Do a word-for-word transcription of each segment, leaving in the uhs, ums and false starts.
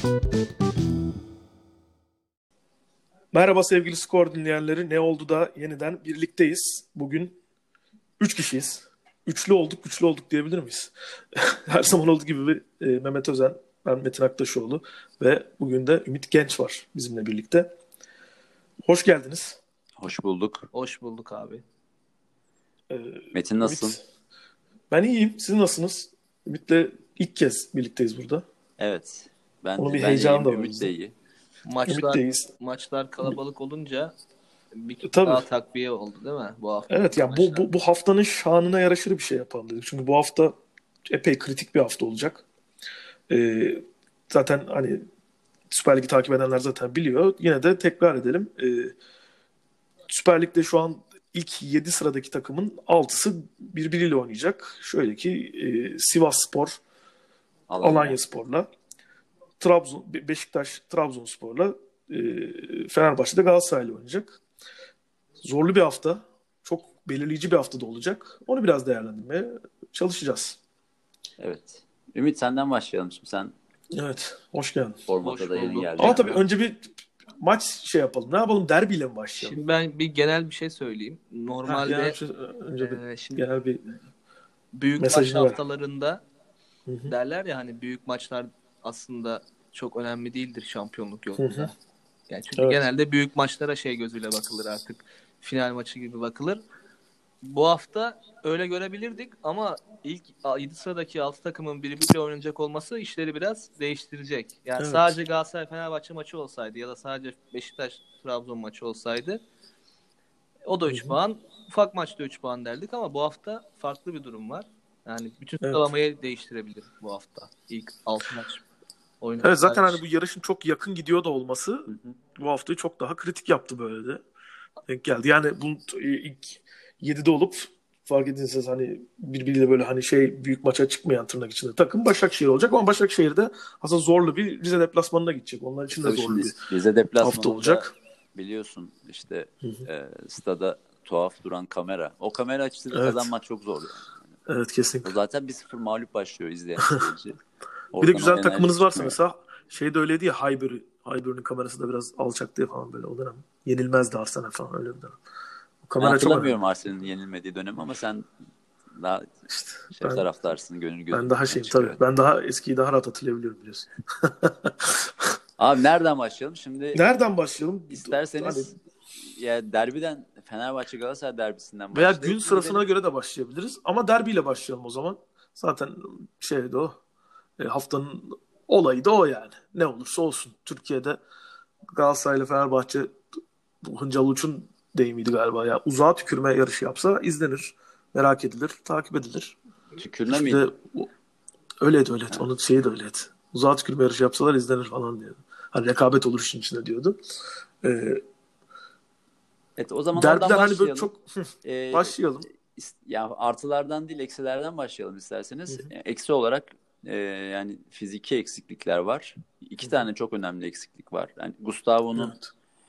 Merhaba sevgili skor dinleyenleri. Ne oldu da yeniden birlikteyiz. Bugün üç kişiyiz. Üçlü olduk, güçlü olduk diyebilir miyiz? Her zaman olduğu gibi e, Mehmet Özen, ben Metin Aktaşoğlu ve bugün de Ümit Genç var bizimle birlikte. Hoş geldiniz. Hoş bulduk. Hoş bulduk abi. Ee, Metin nasılsın? Ümit, ben iyiyim. Siz nasılsınız? Ümit'le ilk kez birlikteyiz burada. Evet. Ben Onun de, bir ben heyecanı da iyiyim, var Ümit bizde. de iyi. Maçlar maçlar kalabalık olunca bir kez Tabii. daha takviye oldu değil mi bu hafta? Evet ya bu, bu bu haftanın şanına yaraşır bir şey yapalım dedik. Çünkü bu hafta epey kritik bir hafta olacak. Ee, zaten hani Süper Lig'i takip edenler zaten biliyor. Yine de tekrar edelim. Ee, Süper Lig'de şu an ilk yedi sıradaki takımın altısı birbiriyle oynayacak. Şöyle ki e, Sivasspor, Alanya. Alanyaspor'la, Trabzon, Be- Beşiktaş, Trabzonspor'la, e, Fenerbahçe'de Galatasaray'la oynayacak. Zorlu bir hafta. Çok belirleyici bir hafta da olacak. Onu biraz değerlendirmeye çalışacağız. Evet. Ümit senden başlayalım şimdi. Sen Evet. Hoş geldin. formata Hoş da yeni bulduk. geldin. Ama tabii önce bir maç şey yapalım. Ne yapalım? Derbiyle mi başlayalım? Şimdi ben bir genel bir şey söyleyeyim. Ha, Normalde genel bir şey- önce bir e, şimdi genel bir büyük maç mesajını ver. haftalarında Hı hı. derler ya hani büyük maçlar aslında çok önemli değildir şampiyonluk Hı yolunda. hı. Yani çünkü Evet. genelde büyük maçlara şey gözüyle bakılır artık. Final maçı gibi bakılır. Bu hafta öyle görebilirdik ama ilk yedi sıradaki altı takımın birbiriyle oynayacak olması işleri biraz değiştirecek. Yani Evet. sadece Galatasaray Fenerbahçe maçı olsaydı ya da sadece Beşiktaş Trabzon maçı olsaydı o da Hı üç hı. puan, ufak maçta üç puan derdik ama bu hafta farklı bir durum var. Yani bütün Evet. sıralamayı değiştirebilir bu hafta. İlk altı maç Evet, oynanacak. zaten hani bu yarışın çok yakın gidiyor da olması Hı hı. bu haftayı çok daha kritik yaptı böyle de. Denk geldi. Yani bu ilk yedide olup fark ediniz hani birbiriyle böyle hani şey büyük maça çıkmayan tırnak içinde takım Başakşehir olacak ama Başakşehir'de aslında zorlu bir Rize deplasmanına gidecek. Onlar için de Tabii zorlu şimdi bir Rize hafta deplasmanında olacak. biliyorsun işte Hı hı. e, stada tuhaf duran kamera. O kamera açısıyla Evet. kazanmak çok zor yani. Evet, O kesinlikle. zaten bir sıfır mağlup başlıyor izleyen seyirci. Bir de Oradan o güzel enerji takımınız varsa çıkmıyor. mesela şey de öyleydi ya Highbury. Highbury'nin kamerası da biraz alçaktı ya falan böyle o dönem. Yenilmezdi Arsenal falan öyle bir dönem. O Ben kamera çok önemli. hatırlamıyorum Arsenal'in yenilmediği dönem ama sen daha İşte şef ben taraftarsın, gönül gözün ben daha önüne şeyim çıkıyor. tabii. Ben daha eskiyi daha rahat hatırlayabiliyorum biliyorsun. Abi nereden başlayalım? Şimdi Nereden başlayalım? isterseniz Hani ya derbiden Fenerbahçe Galatasaray derbisinden veya gün başlayıp sırasına gidelim. göre de başlayabiliriz. Ama derbiyle başlayalım o zaman. Zaten şeydi o. E, haftanın olayı da o yani. Ne olursa olsun. Türkiye'de Galatasaray ile Fenerbahçe bu Hıncal Uç'un deyimiydi galiba ya. Uzağa tükürme yarışı yapsa izlenir. Merak edilir. Takip edilir. Tükürme Hiçbir miydi? de o- öyleydi öyleydi. Ha. Onun şeyi de öyleydi. Uzağa tükürme yarışı yapsalar izlenir falan diyordu. Hani rekabet olur işin içinde diyordu. E, Evet, o zaman oradan derbiden hani böyle başlayalım. çok Ee, başlayalım. is- ya artılardan değil eksilerden başlayalım Hı isterseniz. hı. E, Eksi olarak e, yani fiziki eksiklikler var. İki Hı hı. tane çok önemli eksiklik var. Yani Gustavo'nun Evet.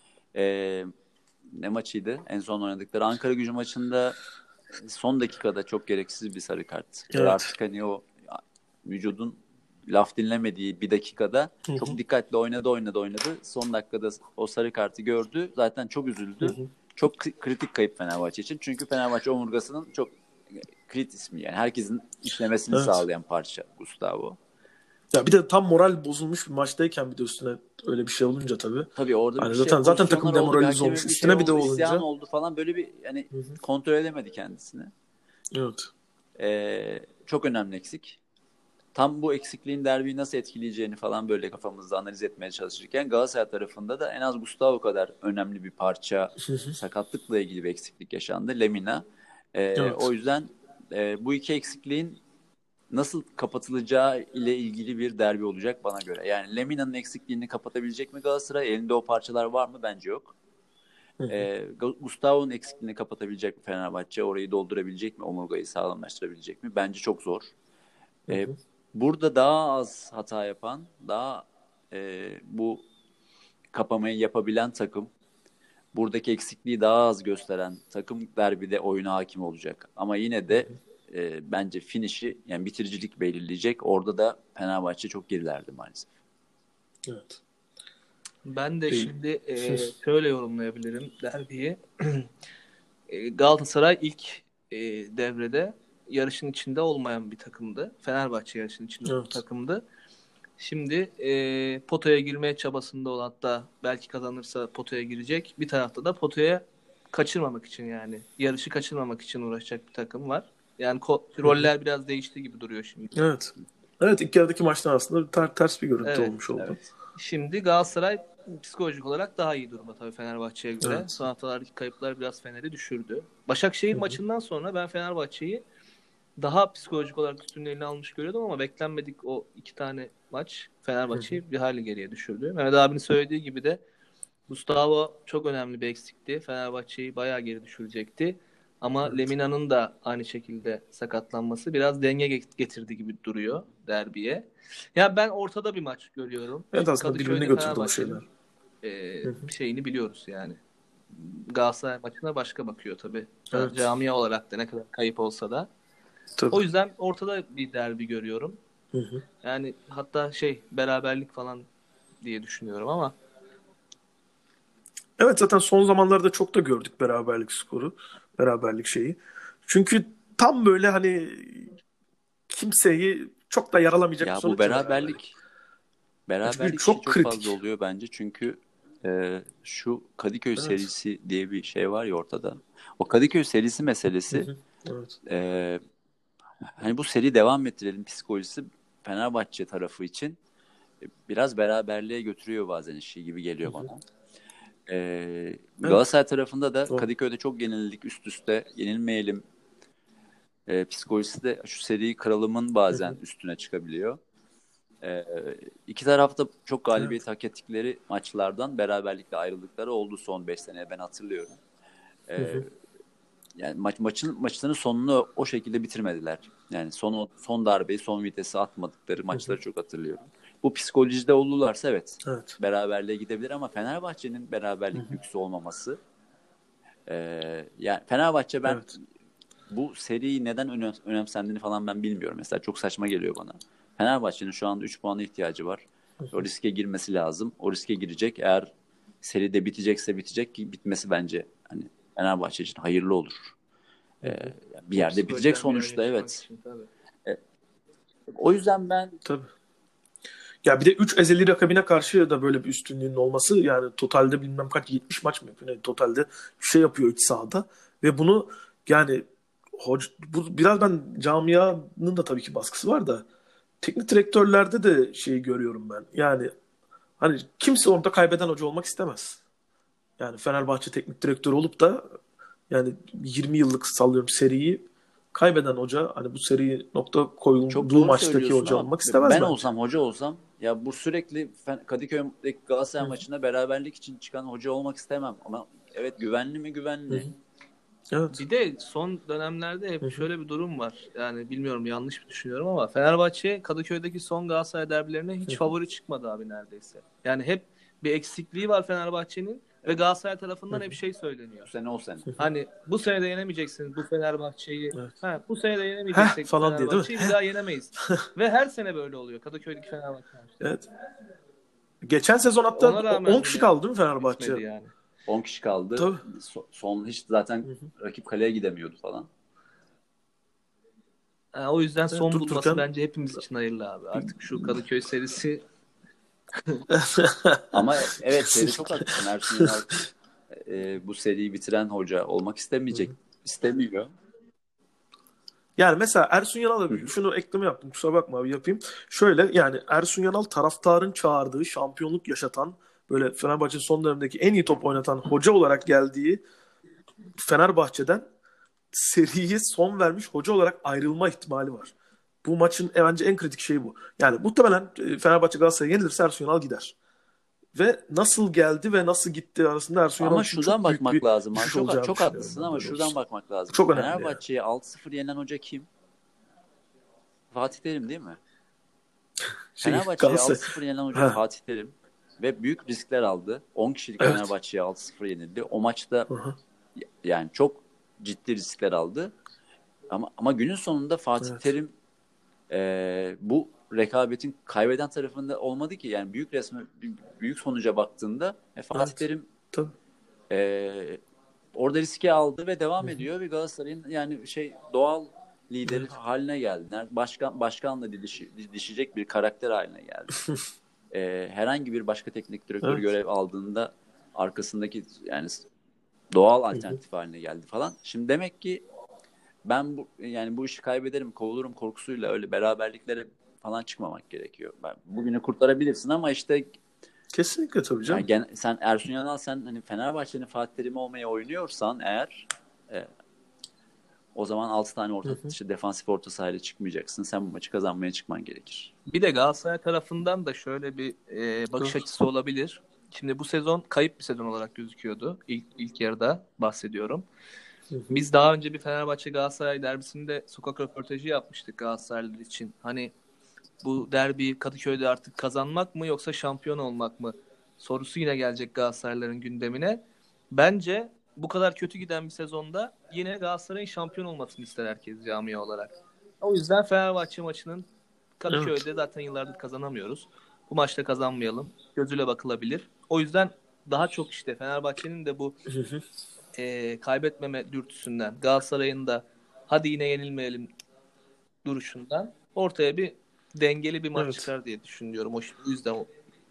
e, ne maçıydı? En son oynadıkları Ankara-Gücü maçında son dakikada çok gereksiz bir sarı kart. Ve Evet. artık hani o vücudun laf dinlemediği bir dakikada Hı hı. çok dikkatli oynadı oynadı oynadı. Son dakikada o sarı kartı gördü. Zaten çok Hı üzüldü. hı. Çok k- kritik kayıp Fenerbahçe için. Çünkü Fenerbahçe omurgasının çok kilit ismi yani. Herkesin işlemesini Evet. sağlayan parça Gustavo. Ya bir de tam moral bozulmuş bir maçtayken bir de üstüne öyle bir şey olunca tabii. Tabii orada bir Hani şey zaten zaten pozisyonlar takım oldu. Bir demoralize olmuş. hakemin bir şey Üstüne bir de oldu, isyan olunca. oldu falan. Böyle bir yani Hı hı. kontrol edemedi kendisini. Evet. Ee, çok önemli eksik. Tam bu eksikliğin derbiyi nasıl etkileyeceğini falan böyle kafamızda analiz etmeye çalışırken Galatasaray tarafında da en az Gustavo kadar önemli bir parça Hı hı. sakatlıkla ilgili bir eksiklik yaşandı. Lemina. Ee, Evet. o yüzden e, bu iki eksikliğin nasıl kapatılacağı ile ilgili bir derbi olacak bana göre. Yani Lemina'nın eksikliğini kapatabilecek mi Galatasaray? Elinde o parçalar var mı? Bence yok. Hı hı. Ee, Gustavo'nun eksikliğini kapatabilecek mi Fenerbahçe? Orayı doldurabilecek mi? Omurgayı sağlamlaştırabilecek mi? Bence çok zor. Hı Ee, hı. burada daha az hata yapan, daha e, bu kapamayı yapabilen takım, buradaki eksikliği daha az gösteren takım derbide oyuna hakim olacak. Ama yine de e, bence finişi yani bitiricilik belirleyecek. Orada da Fenerbahçe çok gerilerdi maalesef. Evet. Ben de Şey, şimdi e, şöyle yorumlayabilirim derbiyi. E, Galatasaray ilk e, devrede yarışın içinde olmayan bir takımdı. Fenerbahçe yarışın içinde bir evet. takımdı. Şimdi e, potaya girmeye çabasında olan, hatta belki kazanırsa potaya girecek. Bir tarafta da potaya kaçırmamak için, yani yarışı kaçırmamak için uğraşacak bir takım var. Yani ko- roller biraz değişti gibi duruyor şimdi. Evet. Evet, ilk yarıdaki maçtan aslında ter, ters bir görüntü Evet, olmuş oldu. evet. Şimdi Galatasaray psikolojik olarak daha iyi durumda tabii Fenerbahçe'ye göre. Evet. Son haftalardaki kayıplar biraz Fener'i düşürdü. Başakşehir Hı hı. maçından sonra ben Fenerbahçe'yi daha psikolojik olarak üstünlüğünü almış görüyordum ama beklenmedik o iki tane maç Fenerbahçe'yi bir hali geriye düşürdü. Mehmet abinin söylediği gibi de Gustavo çok önemli bir eksikti. Fenerbahçe'yi bayağı geri düşürecekti. Ama Evet. Lemina'nın da aynı şekilde sakatlanması biraz denge getirdi gibi duruyor derbiye. Ya ben ortada bir maç görüyorum. Evet, Şimdi aslında birbirini Kadıköy'de götürdü o Fenerbahçe'nin şeyler. e, Hı hı. şeyini biliyoruz yani. Galatasaray maçına başka bakıyor tabii. Evet. Camia olarak da ne kadar kayıp olsa da. Tabii. O yüzden ortada bir derbi görüyorum. Hı hı. Yani hatta şey beraberlik falan diye düşünüyorum ama Evet, zaten son zamanlarda çok da gördük beraberlik skoru. Beraberlik şeyi. Çünkü tam böyle hani kimseyi çok da yaralamayacak bir Ya bu sonuç ya beraberlik. beraberlik Yani çünkü beraberlik işi çok çok fazla kritik. oluyor bence. Çünkü e, şu Kadıköy Evet. serisi diye bir şey var ya ortada. O Kadıköy serisi Hı meselesi, hı. Evet. e, hani bu seri devam ettirelim psikolojisi Fenerbahçe tarafı için biraz beraberliğe götürüyor bazen işi gibi geliyor bana. Ee, Evet. Galatasaray tarafında da Doğru. Kadıköy'de çok yenildik üst üste, yenilmeyelim e, psikolojisi de şu seriyi kıralımın Hı bazen hı. üstüne çıkabiliyor. Ee, iki tarafta çok Evet. galibiyet hak ettikleri maçlardan beraberlikle ayrıldıkları oldu son beş seneye, ben hatırlıyorum. Hı Ee, hı. yani maç maçın maçlarının sonunu o şekilde bitirmediler. Yani son son darbeyi, son vitesi atmadıkları Hı hı. maçları çok hatırlıyorum. Bu psikolojide olurlarsa evet Evet. beraberliğe gidebilir ama Fenerbahçe'nin Hı beraberlik hı. lüksü olmaması, e, yani Fenerbahçe, ben Evet. bu seriyi neden önem, önemsendiğini falan ben bilmiyorum. Mesela çok saçma geliyor bana. Fenerbahçe'nin şu anda üç puana ihtiyacı var. Hı O hı. riske girmesi lazım. O riske girecek. Eğer seride bitecekse bitecek, ki bitmesi bence hani Fenerbahçe için hayırlı olur. Hı Ee, hı. bir o yerde bitecek psikolojiden bir an önce sonuçta, çıkmak evet. için tabii. E, o yüzden ben Tabii. Ya bir de üç ezeli rakibine karşı da böyle bir üstünlüğünün olması, yani totalde bilmem kaç yetmiş maç mı yapıyor? Yani totalde bir şey yapıyor iç sahada ve bunu yani hoca, bu biraz, ben camianın da tabii ki baskısı var da teknik direktörlerde de şeyi görüyorum ben. Yani hani kimse orada kaybeden hoca olmak istemez. Yani Fenerbahçe teknik direktörü olup da yani yirmi yıllık sallıyorum seriyi kaybeden hoca, hani bu seri nokta çok koyulduğu doğru maçtaki söylüyorsun hoca ama olmak istemez ben bence. olsam, hoca olsam, ya bu sürekli Kadıköy'deki Galatasaray maçında beraberlik için çıkan hoca olmak istemem. Ama evet, güvenli mi, Hı güvenli. hı. Evet. Bir de son dönemlerde Hı hep hı. şöyle bir durum var. Yani bilmiyorum, yanlış mı düşünüyorum ama Fenerbahçe Kadıköy'deki son Galatasaray derbilerine hiç favori çıkmadı abi neredeyse. Yani hep bir eksikliği var Fenerbahçe'nin ve Galatasaray Hı tarafından hep hı. şey Bu söyleniyor. sene o sene. Hani bu sene de yenemeyeceksiniz bu Fenerbahçe'yi. Evet. Ha, bu sene de Heh yenemeyeceksek bu falan diye değil mi? Fenerbahçe'yi, bir Heh. daha yenemeyiz. Ve her sene böyle oluyor Kadıköy'deki Fenerbahçe maçları. Evet. Geçen sezon hatta Ona rağmen on kişi yine kaldı değil mi Fenerbahçe? bitmedi yani. on kişi kaldı. Tabii. So- son hiç zaten Hı hı. rakip kaleye gidemiyordu falan. Ha, o yüzden Evet, son durup bulması dururken bence hepimiz için hayırlı abi. Artık şu Kadıköy serisi Ama evet, şeyde çok kesinlikle. haklısın. Ersun Yanal e, bu seriyi bitiren hoca olmak Hı istemeyecek. hı. İstemiyor. Yani mesela Ersun Yanal'a Hı hı. şunu ekleme yaptım, kusura bakma abi, yapayım. Şöyle, yani Ersun Yanal taraftarın çağırdığı, şampiyonluk yaşatan, böyle Fenerbahçe son dönemdeki en iyi top oynatan hoca olarak geldiği Fenerbahçe'den seriye son vermiş hoca olarak ayrılma ihtimali var. Bu maçın e, bence en kritik şeyi bu. Yani muhtemelen e, Fenerbahçe Galatasaray'a yenilirse Ersun Yanal gider. Ve nasıl geldi ve nasıl gitti arasında Ersun Yanal Ama için şuradan çok büyük bakmak bir lazım abi. düşüş Çok olacağını çok düşünüyorum haklısın ben, ama böyle şuradan olursa. bakmak Bu lazım. çok önemli yani. Fenerbahçe'yi altı sıfır yenen hoca kim? Fatih Terim değil mi? Şey, Fenerbahçe'yi Galatasaray. altı sıfır yenen hoca Ha, Fatih Terim ve büyük riskler aldı. on kişilik evet. Fenerbahçe'ye altı sıfır yenildi. O maçta Hı hı, yani çok ciddi riskler aldı. Ama ama günün sonunda Fatih evet. Terim e, bu rekabetin kaybeden tarafında olmadı ki. Yani büyük resme, büyük sonuca baktığında e, Fatih Evet. Terim Tabii. e, orada riske aldı ve devam Hı hı. ediyor ve Galatasaray'ın yani şey doğal lideri Evet. haline geldi. Ner- Başkan başkanla didişi, didişecek bir karakter haline geldi. E, herhangi bir başka teknik direktör Evet. görev aldığında arkasındaki yani doğal Hı hı. alternatif haline geldi falan. Şimdi demek ki ben bu yani bu işi kaybederim, kovulurum korkusuyla öyle beraberliklere falan çıkmamak gerekiyor. Ben bugünü kurtarabilirsin ama işte Kesinlikle tabii yani canım. gen, sen Ersun Yanal sen hani Fenerbahçe'nin Fatih Terim olmaya oynuyorsan eğer e, o zaman altı tane Hı orta hı. işte defansif orta sahayla çıkmayacaksın. Sen bu maçı kazanmaya çıkman gerekir. Bir de Galatasaray tarafından da şöyle bir e, bakış Doğru. açısı olabilir. Şimdi bu sezon kayıp bir sezon olarak gözüküyordu. İlk, ilk yarıda bahsediyorum. Hı hı. Biz daha önce bir Fenerbahçe Galatasaray derbisinde sokak röportajı yapmıştık Galatasaraylılar için. Hani bu derbiyi Kadıköy'de artık kazanmak mı yoksa şampiyon olmak mı sorusu yine gelecek Galatasaraylıların gündemine. Bence bu kadar kötü giden bir sezonda yine Galatasaray'ın şampiyon olmasını ister herkes camia olarak. O yüzden Fenerbahçe maçının Evet. Kadıköy'de zaten yıllardır kazanamıyoruz. Bu maçta kazanmayalım. Gözüyle bakılabilir. O yüzden daha çok işte Fenerbahçe'nin de bu Hı hı. e, kaybetmeme dürtüsünden, Galatasaray'ın da hadi yine yenilmeyelim duruşundan ortaya bir dengeli bir maç Evet. çıkar diye düşünüyorum. O o yüzden o-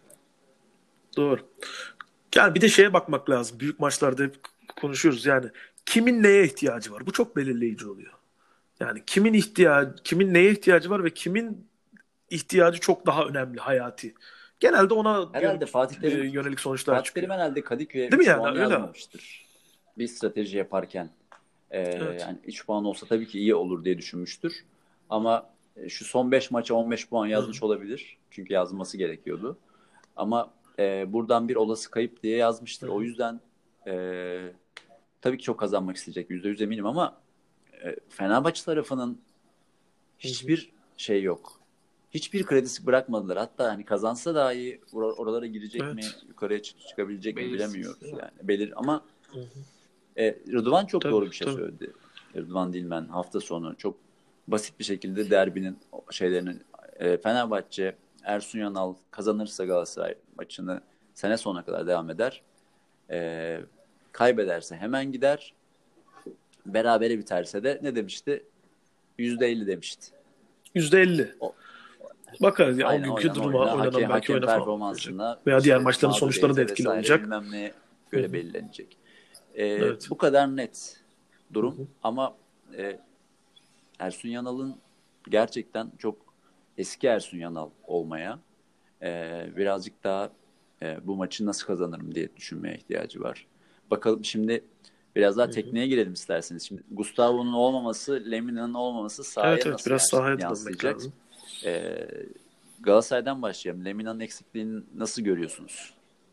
Doğru. Yani bir de şeye bakmak lazım. Büyük maçlarda hep konuşuyoruz. Yani kimin neye ihtiyacı var? Bu çok belirleyici oluyor. Yani kimin ihtiyacı, kimin neye ihtiyacı var ve kimin ihtiyacı çok daha önemli, hayati. Genelde ona yön- Herhalde Fatih e, Terim yönelik sonuçlar Fatih Terim çıkıyor. herhalde Kadıköy'e Değil mi üç yani? puan Öyle. yazmamıştır. Bir strateji yaparken. Ee, Evet. yani üç puan olsa tabii ki iyi olur diye düşünmüştür. Ama e, şu son beş maça on beş puan Hı hı. yazmış olabilir. Çünkü yazması gerekiyordu. Ama e, buradan bir olası kayıp diye yazmıştır. Hı O hı. yüzden e, tabii ki çok kazanmak isteyecek. Yüzde yüz eminim ama e, Fenerbahçe tarafının Hı hı. hiçbir şey yok. Hiçbir kredisi bırakmadılar. Hatta hani kazansa dahi or- oralara girecek mi, Evet. yukarıya çık- çıkabilecek mi belirsiz, bilemiyoruz değil mi? yani. Belir ama Hı hı. e, Rıdvan çok Tabii, doğru bir şey tabii. söyledi. Rıdvan Dilmen hafta sonu çok basit bir şekilde derbinin şeylerini e, Fenerbahçe Ersun Yanal kazanırsa Galatasaray maçını sene sonuna kadar devam eder. E, kaybederse hemen gider. Berabere biterse de ne demişti? yüzde elli demişti. yüzde elli. O, Bakarız ya o aynen günkü oynan duruma, oyuna hakem, oynanan belki hakem oyuna falan bakacak. performansına Veya diğer işte maçların sonuçları da mağlubiyete etkili vesaire olacak. bilmem neye Hı göre hı. belirlenecek. E, Evet. bu kadar net Hı durum hı. ama e, Ersun Yanal'ın gerçekten çok eski Ersun Yanal olmaya e, birazcık daha e, bu maçı nasıl kazanırım diye düşünmeye ihtiyacı var. Bakalım şimdi biraz daha Hı hı. tekniğe girelim isterseniz. Şimdi Gustavo'nun olmaması, Lemina'nın olmaması Evet, sahaya evet, nasıl biraz yans- sahaya da dönmek yansıyacak? lazım. E, Galatasaray'dan başlayalım. Lemina'nın eksikliğini nasıl görüyorsunuz?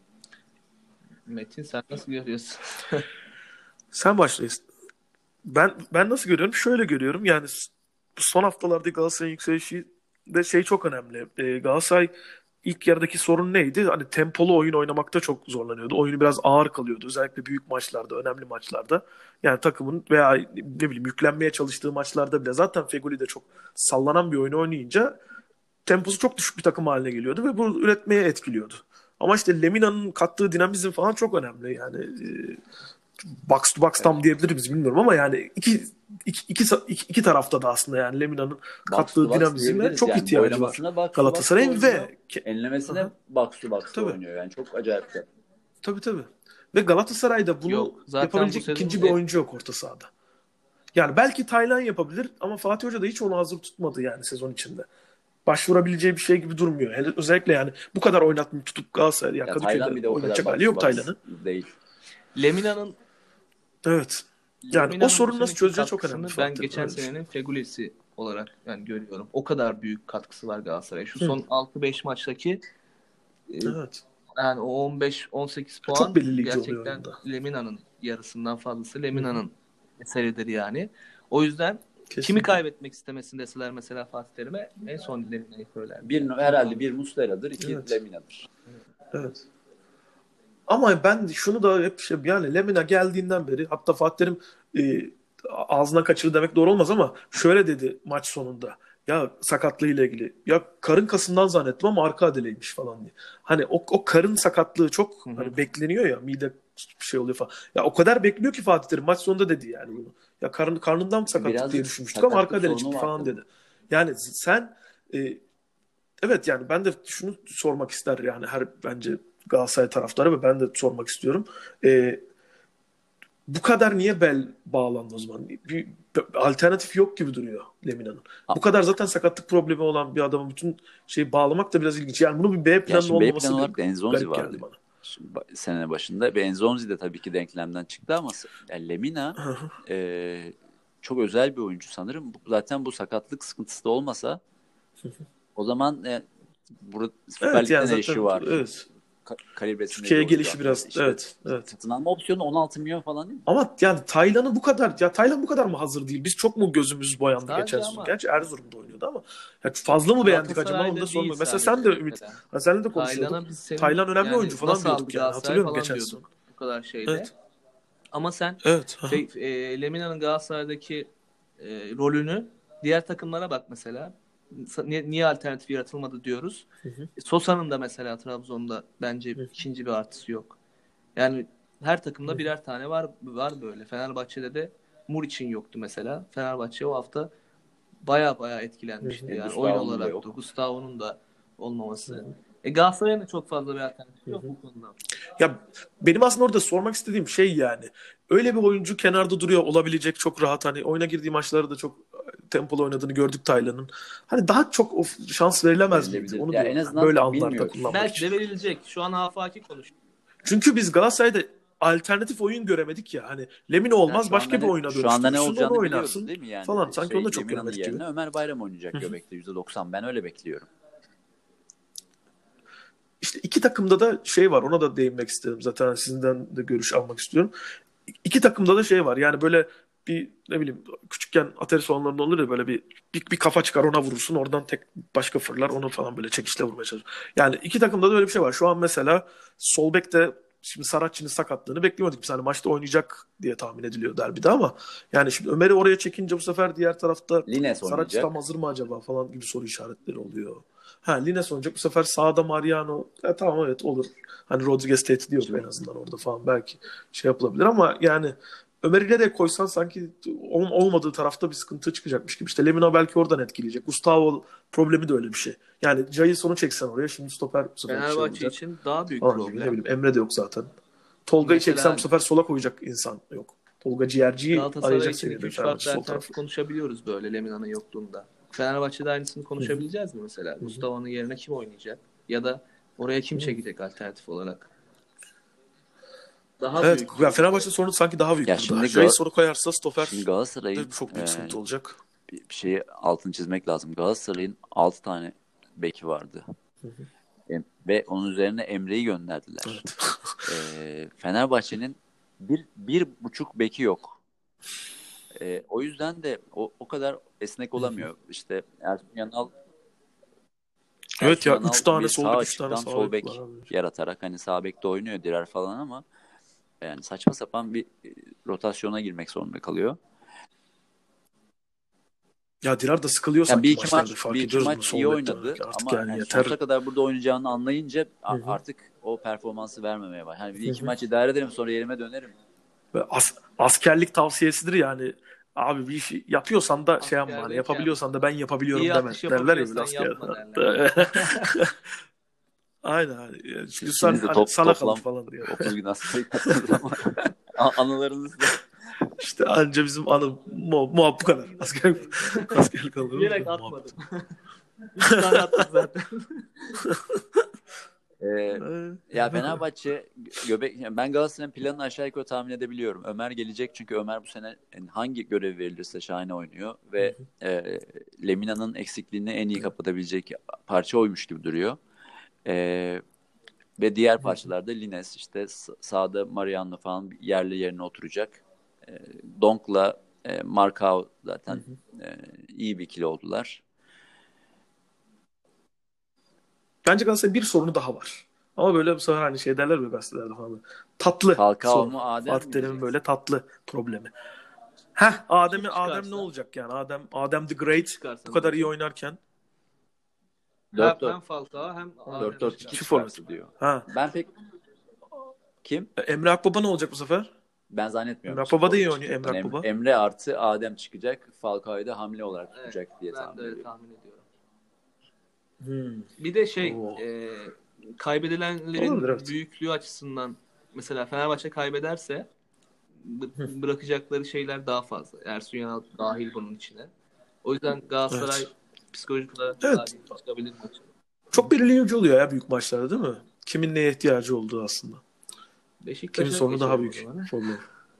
Metin sen nasıl görüyorsun? Sen başlayın. Ben ben nasıl görüyorum? Şöyle görüyorum. Yani s- bu son haftalarda Galatasaray'ın yükselişi de şey çok önemli. Ee, Galatasaray ilk yarıdaki sorun neydi? Hani tempolu oyun oynamakta çok zorlanıyordu. Oyunu biraz ağır kalıyordu. Özellikle büyük maçlarda, önemli maçlarda. Yani takımın veya ne bileyim yüklenmeye çalıştığı maçlarda bile zaten Feguli de çok sallanan bir oyunu oynayınca temposu çok düşük bir takım haline geliyordu ve bu üretmeye etkiliyordu. Ama işte Lemina'nın kattığı dinamizm falan çok önemli. Yani e, box to box Evet. tam diyebilir miyiz bilmiyorum ama yani iki, iki, iki, iki, iki tarafta da aslında yani Lemina'nın Box to kattığı box dinamizme diyebiliriz çok yani. ihtiyacı var Boylamasına box to box'ta Galatasaray'ın oynuyor. ve ke- Enlemesine Aha, box to box'ta tabii, oynuyor. Yani çok acayip. bir- tabii tabii. Ve Galatasaray'da bunu Yok. Zaten bu yapabilecek sezonun ikinci bir en oyuncu yok orta sahada. Yani belki Taylan yapabilir ama Fatih Hoca da hiç onu hazır tutmadı yani sezon içinde. Başvurabileceği bir şey gibi durmuyor. Hele özellikle yani bu kadar oynatmayı tutup Galatasaray ya Ya Kadıköy'de Taylan bir de o kadar oynatacak hali box to yok box Taylan'ın. değil. Lemina'nın Evet. Yani o Lemina'nın bu sorunu nasıl seneki çözeceği çok önemli katkısını ben Fatih Terim'in, geçen öyle senenin düşünüyorum. Fegülesi olarak yani görüyorum. O kadar büyük katkısı var Galatasaray'a. Şu Hı, son altı beş maçtaki e, evet. yani o on beş on sekiz Çok puan belirleyici oluyor gerçekten oyunda. Lemina'nın yarısından fazlası Hı hı. Lemina'nın eseridir yani. O yüzden kimi Kesinlikle. kaybetmek istemesin deseler mesela Fatih Terim'e en son Lemina'yı söylerdim. Bir Yani. Kimi herhalde bir kaybetmek? Muslera'dır, iki Evet. Lemina'dır. Evet. Ama ben şunu da hep şey yani Lemina geldiğinden beri hatta Fatih Terim e, ağzına kaçırdı demek doğru olmaz ama şöyle dedi maç sonunda. Ya sakatlığıyla ilgili. Ya karın kasından zannettim ama arka adeleymiş falan diye. Hani o, o karın sakatlığı çok Hı hı. hani bekleniyor ya, mide bir şey oluyor falan. Ya o kadar bekliyor ki Fatih Terim maç sonunda dedi yani bunu. Ya karın, karnından mı sakatlık diye Birazcık düşünmüştük ama arka sakatlık adele sorunu çıktı var falan tabii. dedi. Yani sen e, evet yani ben de şunu sormak ister yani her bence Galatasaray taraftarı ve ben de sormak istiyorum. E, Bu kadar niye bel bağlandı o zaman? Bir, bir alternatif yok gibi duruyor Lemina'nın. Bu A- kadar zaten sakatlık problemi olan bir adamın bütün şeyi bağlamak da biraz ilginç. Yani bunun bir B Ya planı şimdi B plan olmaması bir olarak da Enzonzi garip vardı geldi bana. şimdi ba- sene başında. Ve Enzonzi de tabii ki denklemden çıktı ama s- yani Lemina e, çok özel bir oyuncu sanırım. Bu- Zaten bu sakatlık sıkıntısı da olmasa o zaman e, burada Süper Evet yani Lig'de ne işi zaten var? evet. Ka- kalibresinde bir Türkiye'ye oyuncu gelişi hatta. biraz İşte evet evet. satın alma opsiyonu on altı milyon falan değil mi? Ama yani Taylan'ı bu kadar ya Taylan bu kadar mı hazır değil? Biz çok mu gözümüz boyandı geçen Sadece sezon? ama Gerçi Erzurum'da oynuyordu ama ya fazla mı beğendik acaba onu da Galatasaray'da değil sormak. Mesela sen de sadece Ümit, mesela. ha, seninle de konuşuyorduk. Taylan'a biz senin Taylan önemli yani oyuncu falan nasıl aldı diyorduk yani. Galatasaray Hatırlıyorum falan geçen sezon. diyorduk bu kadar şeyde. Evet. Ama sen Evet. şey e, Lemina'nın Galatasaray'daki e, rolünü diğer takımlara bak mesela. Niye, niye alternatif yaratılmadı diyoruz. E, Sosa'nın da mesela Trabzon'da bence ikinci bir artısı yok. Yani her takımda birer tane var var böyle. Fenerbahçe'de de Muriç'in yoktu mesela. Fenerbahçe o hafta baya baya etkilenmişti. E, Yani oyun Gustavo'nun da olarak da yok. Gustavo'nun da olmaması. E Galatasaray'ın da çok fazla bir alternatifi yok bu konuda. Ya benim aslında orada sormak istediğim şey yani öyle bir oyuncu kenarda duruyor olabilecek çok rahat hani oyuna girdiği maçlarda da çok tempolu oynadığını gördük Taylan'ın. Hani daha çok of, şans verilemez miydi? Verilebilir. Onu Ya en diyorum ben. azından Böyle anlarda bilmiyoruz. kullanmak Belki için. de verilecek. Şu an afaki konuşuyor. Çünkü biz Galatasaray'da alternatif oyun göremedik ya. Hani Lemina Ya olmaz şu anda başka bir ne oyuna şu anda ne dönüştürürsün onu olacağını biliyoruz oynarsın değil mi yani? falan. Sanki onu da Şey çok Lemina'nın göremedik gibi. yerine Ömer Bayram oynayacak göbekte yüzde doksan. Ben öyle bekliyorum. İşte iki takımda da şey var ona da değinmek istedim zaten sizden de görüş almak istiyorum. İki takımda da şey var yani böyle bir ne bileyim küçükken Atari salonlarında olur ya böyle bir, bir, bir kafa çıkar ona vurursun oradan tek başka fırlar onu falan böyle çekişle vurmaya çalışır. Yani iki takımda da öyle bir şey var. Şu an mesela sol bekte şimdi Saratçı'nın sakatlığını beklemiyorduk. Biz hani maçta oynayacak diye tahmin ediliyor derbide ama yani şimdi Ömer'i oraya çekince bu sefer diğer tarafta Lines Saratçı tam oynayacak. hazır mı acaba falan gibi soru işaretleri oluyor. Ha Lines oynayacak bu sefer sağda Mariano. Ya, tamam evet olur. Hani Rodriguez tehdidi yok en Şimdi azından orada falan belki şey yapılabilir ama yani Ömer'i nereye koysan sanki ol- olmadığı tarafta bir sıkıntı çıkacakmış gibi. İşte Lemina belki oradan etkileyecek. Gustavo problemi de öyle bir şey. Yani Jayison'u çeksen oraya şimdi stoper bu sefer şey Fenerbahçe olacak için daha büyük falan gibi ne problem. bileyim Emre de yok zaten. Tolga'yı çeksen bu Mesela sefer sola koyacak insan yok. Tolga ciğerciyi Galatasaray arayacak için iki seviyede üç Fenerbahçe farklı sol alternatif tarafı. konuşabiliyoruz böyle Lemina'nın yokluğunda. Fenerbahçe'de aynısını Hı hı, konuşabileceğiz mi mesela? hı hı. Gustavo'nun yerine kim oynayacak? Ya da oraya kim Hı. çekecek alternatif olarak? Daha Evet büyük ya bir Fenerbahçe sorunu sanki daha büyük ya burada. şimdi Gal Jason'u koyarsa şimdi stoper de Galatasaray'ın çok büyük e, sıkıntı olacak. bir bir şeyi altını çizmek lazım. Galatasaray'ın altı tane beki vardı. Em- ve onun üzerine Emre'yi gönderdiler. Evet. E, Fenerbahçe'nin bir, bir buçuk beki yok. E, o yüzden de o, o kadar esnek olamıyor. İşte Ersun Yanal Evet Ersun ya üç Yanal tane bir sol sağ bek üç tane açıktan sağ sol bek var bek abi. yaratarak hani sağ bekte oynuyor Dirar falan ama yani saçma sapan bir e, rotasyona girmek zorunda kalıyor. Ya Dirar da sıkılıyor Yani bir sanki iki maçlarda maç bir fark iki ediyoruz bunu maç iyi sol bekte oynadı oynarken. Artık ama yani yani yeter. sonsuza kadar burada oynayacağını anlayınca Hı a- hı. artık o performansı vermemeye var. Hani bir Hı iki hı. maç idare ederim sonra yerime dönerim. Ve as- askerlik tavsiyesidir yani. Abi bir işi yapıyorsan da şey yapma hani Askerdeyken yapabiliyorsan da ben iyi yapabiliyorum deme atış derler ya böyle yapabiliyorsan asker. yapma derler. Aynen. Hani. Yani çünkü sen İkiniz de hani top, sana kalır toplam falan diyor. otuz gün askerlik yaptığınız zaman a- anılarınız da İşte anca bizim anı mu, muhab bu kadar. Asker, askerlik anılarımız bu Bilerek muhabbet. atmadım. Üç tane attık zaten. Ee, ya Fenerbahçe göbek yani ben Galatasaray'ın planını aşağı yukarı tahmin edebiliyorum. Ömer gelecek çünkü Ömer bu sene yani hangi görev verilirse şahane oynuyor ve e, Lemina'nın eksikliğini en iyi kapatabilecek parça oymuş gibi duruyor. E, ve diğer parçalarda Lines işte s- sağda Mariano falan yerli yerine oturacak. E, Donk'la e, Markao zaten e, iyi bir ikili oldular. Bence Galatasaray'ın bir sorunu daha var. Ama böyle bu sefer hani şey derler mi gazetelerde falan. Tatlı Falcao sorunu. mu Adem Fatih mi Terim'in diyeceksin? böyle tatlı problemi. Heh, Adem'i Kim Adem ne çıkarsa olacak yani? Adem Adem the Great çıkarsa bu kadar iyi diyeceksin. oynarken Hem, dört hem dört Falcao hem ha, Adem dört dört iki iki çıkarsa. forvet. çıkarsa diyor. Ha. Ben pek kim? E, Emre Akbaba ne olacak bu sefer? Ben zannetmiyorum Emre iki Akbaba da iyi forvet oynuyor, Emre çıkacaklarını. Em- Akbaba. Emre artı Adem çıkacak. Falcao'yu da hamle olarak Evet, tutacak diye ben de tahmin öyle ediyorum. tahmin ediyorum. Hmm. Bir de şey Oo. e, kaybedilenlerin Olabilir, evet. büyüklüğü açısından mesela Fenerbahçe kaybederse b- bırakacakları şeyler daha fazla. Ersun Yanal dahil bunun içine. O yüzden Galatasaray Evet. psikolojik olarak daha Evet. iyi çıkabilir maçı. Çok belirleyici oluyor ya büyük maçlarda, değil mi? Kimin neye ihtiyacı olduğu aslında. Kimin Beşiktaş'a sorunu daha geçelim o büyük zaman. problem.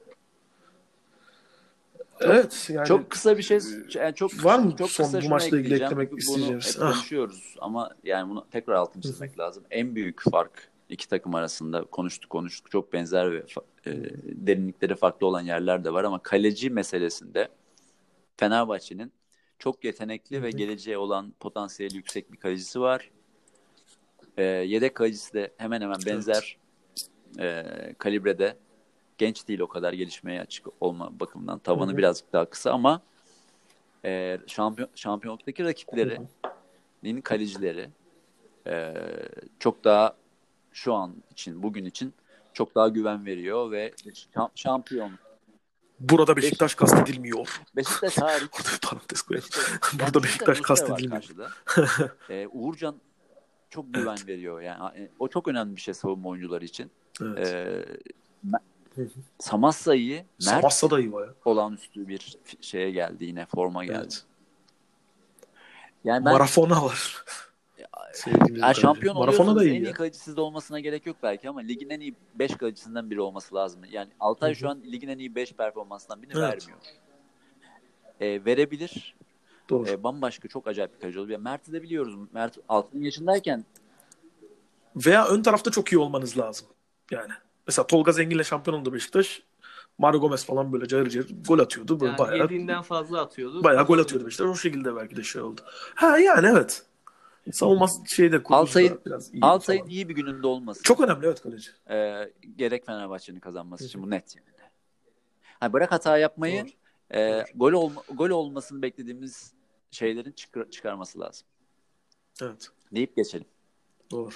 Çok Evet yani çok kısa bir şey yani çok var mı çok son kısa bu şunu maçla ilgili ekleyeceğim. eklemek Bunu isteyeceğiniz? hep Ah. konuşuyoruz ama yani bunu tekrar altını çizmek lazım. En büyük fark iki takım arasında konuştuk konuştuk çok benzer ve fa- e, derinlikleri farklı olan yerler de var ama kaleci meselesinde Fenerbahçe'nin çok yetenekli ve geleceğe olan potansiyeli yüksek bir kalecisi var. E, yedek kalecisi de hemen hemen benzer e, kalibrede. Genç değil o kadar gelişmeye açık olma bakımından. Tavanı Hı hı. birazcık daha kısa ama e, şampiyon, şampiyonluktaki rakiplerinin kalecileri e, çok daha şu an için, bugün için çok daha güven veriyor ve şam- şampiyon. Burada Beşik, Beşiktaş kastedilmiyor. Beşiktaş hariç Burada bir parantez koyalım. Beşiktaş, yani Burada düşünsene Beşiktaş Muslera var kastedilmiyor. karşıda. E, Uğurcan çok güven Evet. veriyor. Yani e, o çok önemli bir şey savunma oyuncuları için. Evet. E, Samassa'yı Mert Samassa da iyi baya. olağanüstü bir şeye geldi yine forma geldi. Evet. Yani ben Marafona var. yani şampiyon Marafona da oluyorsanız iyi en iyi ya. kalecisi de olmasına gerek yok belki ama ligin en iyi beş kalecisinden biri olması lazım. Yani Altay şu an ligin en iyi beş performansından birini Evet. vermiyor. E, verebilir. Doğru. E, bambaşka çok acayip bir kaleci olur. Yani Mert'i de biliyoruz. Mert altının yaşındayken Veya ön tarafta çok iyi olmanız lazım. Yani. Mesela Tolga Zengin'le şampiyon oldu Beşiktaş. Mario Gomez falan böyle cayır cayır gol atıyordu. Böyle Yani bayağı yediğinden fazla atıyordu. bayağı gol kazanıyordu. atıyordu Beşiktaş. O şekilde belki de şey oldu. Ha yani evet. Savunma şeyde kurgusu Altay'ın da biraz iyi Altay'ın falan. iyi bir gününde olması Çok önemli evet kaleci. e, gerek Fenerbahçe'nin kazanması için bu net yani. Ha, bırak hata yapmayı Doğru. e, Doğru. gol olma, gol olmasını beklediğimiz şeylerin çıkar, çıkarması lazım. Evet. Deyip geçelim. Doğru.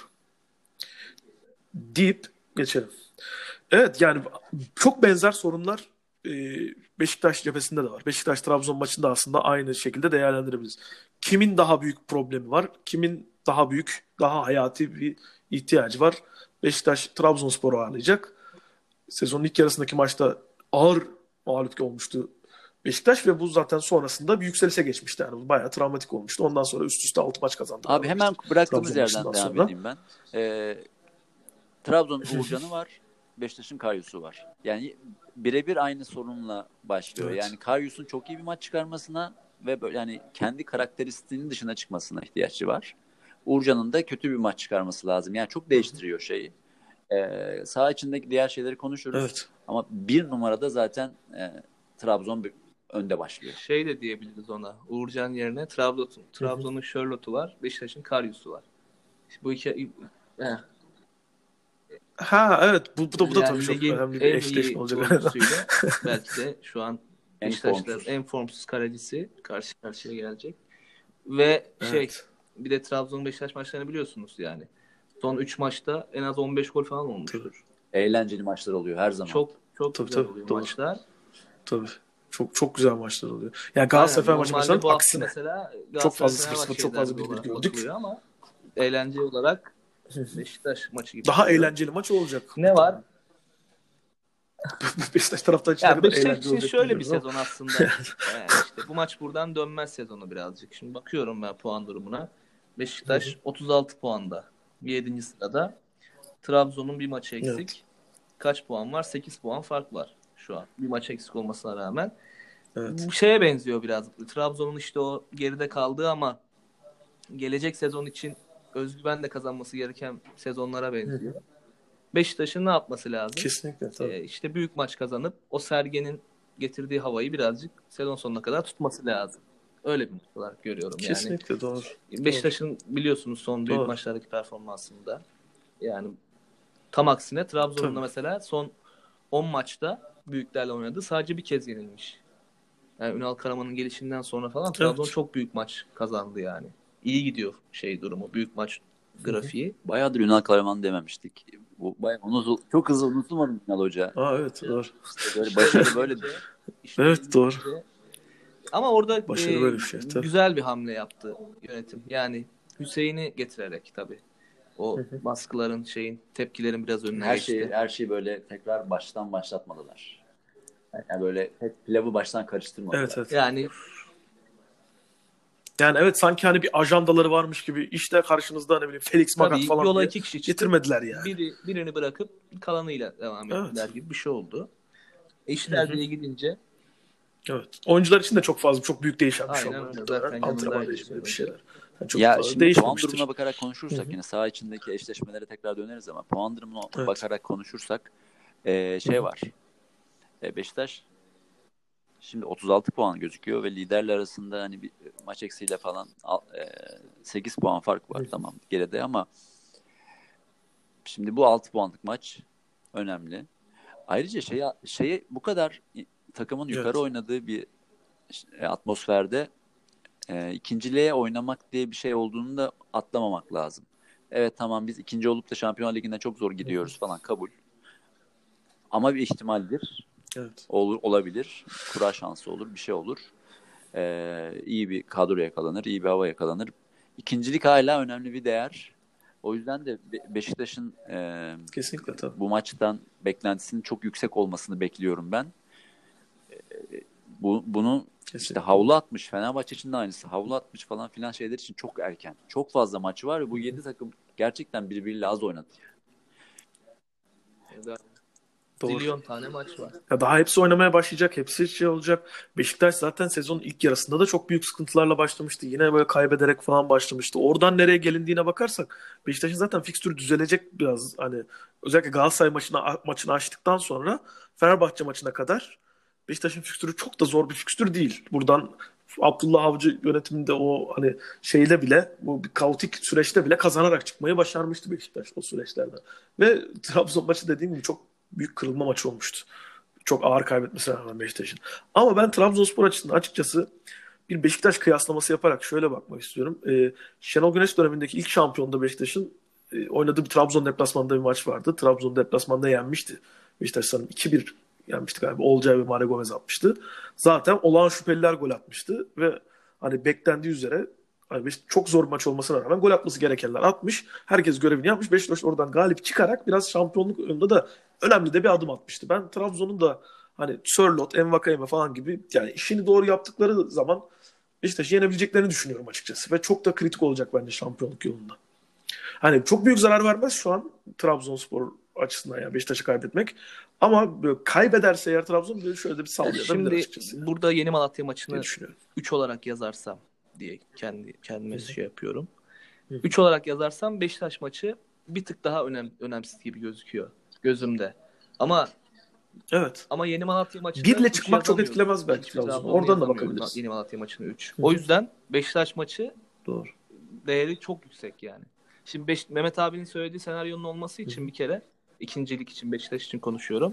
Deyip geçelim. Evet yani çok benzer sorunlar e, Beşiktaş cephesinde de var. Beşiktaş-Trabzon maçında aslında aynı şekilde değerlendirebiliriz. Kimin daha büyük problemi var? Kimin daha büyük, daha hayati bir ihtiyacı var? Beşiktaş Trabzonspor'u ağırlayacak. Sezonun ilk yarısındaki maçta ağır mağlup olmuştu Beşiktaş ve bu zaten sonrasında bir yükselişe geçmişti. Yani bayağı travmatik olmuştu. Ondan sonra üst üste altı maç kazandı. Abi hemen bıraktığımız Trabzon yerden maçından devam sonra. edeyim ben. Ee, Trabzon'un Uğurcan'ı var. Beşiktaş'ın Karius'u var. Yani birebir aynı sorunla başlıyor. Evet. Yani Karius'un çok iyi bir maç çıkarmasına ve böyle yani kendi karakteristiğinin dışına çıkmasına ihtiyacı var. Uğurcan'ın da kötü bir maç çıkarması lazım. Yani çok değiştiriyor şeyi. Ee, saha içindeki diğer şeyleri konuşuruz. Evet. Ama bir numarada zaten e, Trabzon bir- önde başlıyor. Şey de diyebiliriz ona. Uğurcan yerine Trabzon, Trabzon'un Charlotte'u var. Beşiktaş'ın Karius'u var. İşte bu iki eh, Ha evet bu, bu da bu da yani tabii çok ligin önemli bir en eşleşme iyi olacak. oyuncusuyla belki de şu an En Beşiktaş'ta formsuz. en formsuz kalecisi karşı karşıya gelecek. Ve şey Evet. bir de Trabzon Beşiktaş maçlarını biliyorsunuz yani. Son üç maçta en az on beş gol falan olmuştur. Eğlenceli maçlar oluyor her zaman. Çok çok Tabii, güzel tabii, oluyor doğru. maçlar. Tabii. Çok çok güzel maçlar oluyor. Yani Aynen. Galatasaray maçı Normalde mesela bu hafta aksine. mesela Çok fazla Galatasaray sıfır sıfır, Fenerbahçe çok fazla derbi bir bir olarak gördük. bakılıyor ama eğlence olarak Beşiktaş maçı gibi. Daha oluyor. eğlenceli maç olacak. Ne var? Beşiktaş taraftarı için ne Ya kadar Beşiktaş eğlenceli için olacak şöyle bir bilmiyoruz ama. sezon aslında. Yani işte bu maç buradan dönmez sezonu birazcık. Şimdi bakıyorum ben puan durumuna. Beşiktaş otuz altı puanda. yedinci sırada. Trabzon'un bir maçı eksik. Evet. Kaç puan var? sekiz puan fark var şu an. Bir maç eksik olmasına rağmen. Evet. Bu şeye benziyor biraz. Trabzon'un işte o geride kaldığı ama gelecek sezon için özgüvenle kazanması gereken sezonlara benziyor. Beşiktaş'ın ne yapması lazım? Kesinlikle tabii. Ee, işte büyük maç kazanıp o Sergen'in getirdiği havayı birazcık sezon sonuna kadar tutması lazım. Öyle bir maç olarak görüyorum yani. Kesinlikle doğru. Beşiktaş'ın biliyorsunuz son büyük Doğru. maçlardaki performansında. Yani tam aksine Trabzon'un da Tabii. mesela son on maçta büyüklerle oynadı. Sadece bir kez yenilmiş. Yani Ünal Karaman'ın gelişinden sonra falan Evet. Trabzon çok büyük maç kazandı yani. İyi gidiyor şey durumu, büyük maç grafiği. Bayağıdır Ünal Karaman dememiştik. Bu bayağı unutul, çok hızlı unutulmadı mı Ünal Hoca? Aa evet doğru. İşte böyle başarı böyle. İşte Evet doğru. gelince- Ama orada Başarı e, böyle bir şey, tabii. güzel bir hamle yaptı yönetim. Yani Hüseyin'i getirerek tabii. O baskıların şeyin tepkilerin biraz önüne Her geçti. şeyi her şeyi böyle tekrar baştan başlatmadılar. Yani böyle hep pilavı baştan karıştırmadılar. Evet evet. Yani Yani evet sanki hani bir ajandaları varmış gibi işte karşınızda ne bileyim Felix Magath tabii falan yola diye iki kişi çıktı. getirmediler yani. Biri, birini bırakıp kalanıyla devam Evet. ettiler gibi bir şey oldu. E işler diye gidince Evet. Oyuncular için de çok fazla çok büyük değişen bir şey aynen olmadı. öyle. Muhtemelen Zaten antrenman yanındaydı rejimleri bir sürekli. şeyler. Yani çok Ya fazla şimdi puan değişmemiştir. durumuna bakarak konuşursak yine saha içindeki eşleşmelere tekrar döneriz ama puan durumuna Evet. bakarak konuşursak e, şey var. E, Beşiktaş şimdi otuz altı puan gözüküyor ve liderler arasında hani bir maç eksiğiyle falan al- e, sekiz puan fark var. Tamam geride ama şimdi bu altı puanlık maç önemli. Ayrıca şeye, şeye bu kadar takımın yukarı Evet. oynadığı bir e, atmosferde e, ikinciliğe oynamak diye bir şey olduğunu da atlamamak lazım. Evet tamam biz ikinci olup da Şampiyonlar Ligi'ne çok zor gidiyoruz falan kabul. Ama bir ihtimaldir. Evet. Olur, olabilir. Kura şansı olur, bir şey olur. Ee, iyi bir kadro yakalanır, iyi bir hava yakalanır. İkincilik hala önemli bir değer. O yüzden de Be- Beşiktaş'ın e, Kesinlikle tabii. bu maçtan beklentisinin çok yüksek olmasını bekliyorum ben. Ee, bu, bunu işte Kesinlikle. havlu atmış, Fenerbahçe için de aynısı. Havlu atmış falan filan şeyler için çok erken. Çok fazla maçı var ve bu yedi takım gerçekten birbiriyle az oynadı. Doğru. Zilyon tane maç var. Ya daha hepsi oynamaya başlayacak. Hepsi şey olacak. Beşiktaş zaten sezonun ilk yarısında da çok büyük sıkıntılarla başlamıştı. Yine böyle kaybederek falan başlamıştı. Oradan nereye gelindiğine bakarsak Beşiktaş'ın zaten fikstürü düzelecek biraz. Hani özellikle Galatasaray maçına, maçını açtıktan sonra Fenerbahçe maçına kadar Beşiktaş'ın fikstürü çok da zor bir fikstür değil. Buradan Abdullah Avcı yönetiminde o hani şeyle bile bu bir kaotik süreçte bile kazanarak çıkmayı başarmıştı Beşiktaş o süreçlerden. Ve Trabzon maçı dediğim gibi çok büyük kırılma maçı olmuştu. Çok ağır kaybetmesine rağmen Beşiktaş'ın. Ama ben Trabzonspor açısından açıkçası bir Beşiktaş kıyaslaması yaparak şöyle bakmak istiyorum. Ee, Şenol Güneş dönemindeki ilk şampiyonda Beşiktaş'ın e, oynadığı bir Trabzon deplasmanında bir maç vardı. Trabzon deplasmanda yenmişti. Beşiktaş sanırım iki bir yenmişti galiba. Olcay ve Mario Gomez atmıştı. Zaten olağan şüpheliler gol atmıştı ve hani beklendiği üzere hani çok zor bir maç olmasına rağmen gol atması gerekenler atmış. Herkes görevini yapmış. Beşiktaş oradan galip çıkarak biraz şampiyonluk yolunda da önemli de bir adım atmıştı. Ben Trabzon'un da hani Sörloth, Envakayeme falan gibi yani işini doğru yaptıkları zaman Beşiktaş'ı yenebileceklerini düşünüyorum açıkçası. Ve çok da kritik olacak bence şampiyonluk yolunda. Hani çok büyük zarar vermez şu an Trabzonspor açısından yani Beşiktaş'ı kaybetmek. Ama böyle kaybederse eğer Trabzon böyle şöyle de bir Ya sallayabilir şimdi açıkçası yani, burada Yeni Malatya diye maçını düşünüyorum. üç olarak yazarsam diye kendi kendime Hı hı. şey yapıyorum. Hı hı. üç olarak yazarsam Beşiktaş maçı bir tık daha önem, önemsiz gibi gözüküyor gözümde. Ama Evet. ama Yeni Malatya maçını Birle üç çıkmak çok yazamıyoruz. etkilemez belki Hiçbir Trabzon'u. Trabzonlu Oradan da yazamıyoruz bakabiliriz. Yeni Malatya maçını üç. Hı O hı. yüzden Beşiktaş maçı Doğru. değeri çok yüksek yani. Şimdi Beş- Mehmet abinin söylediği senaryonun olması Hı için hı. bir kere ikincilik için Beşiktaş için konuşuyorum.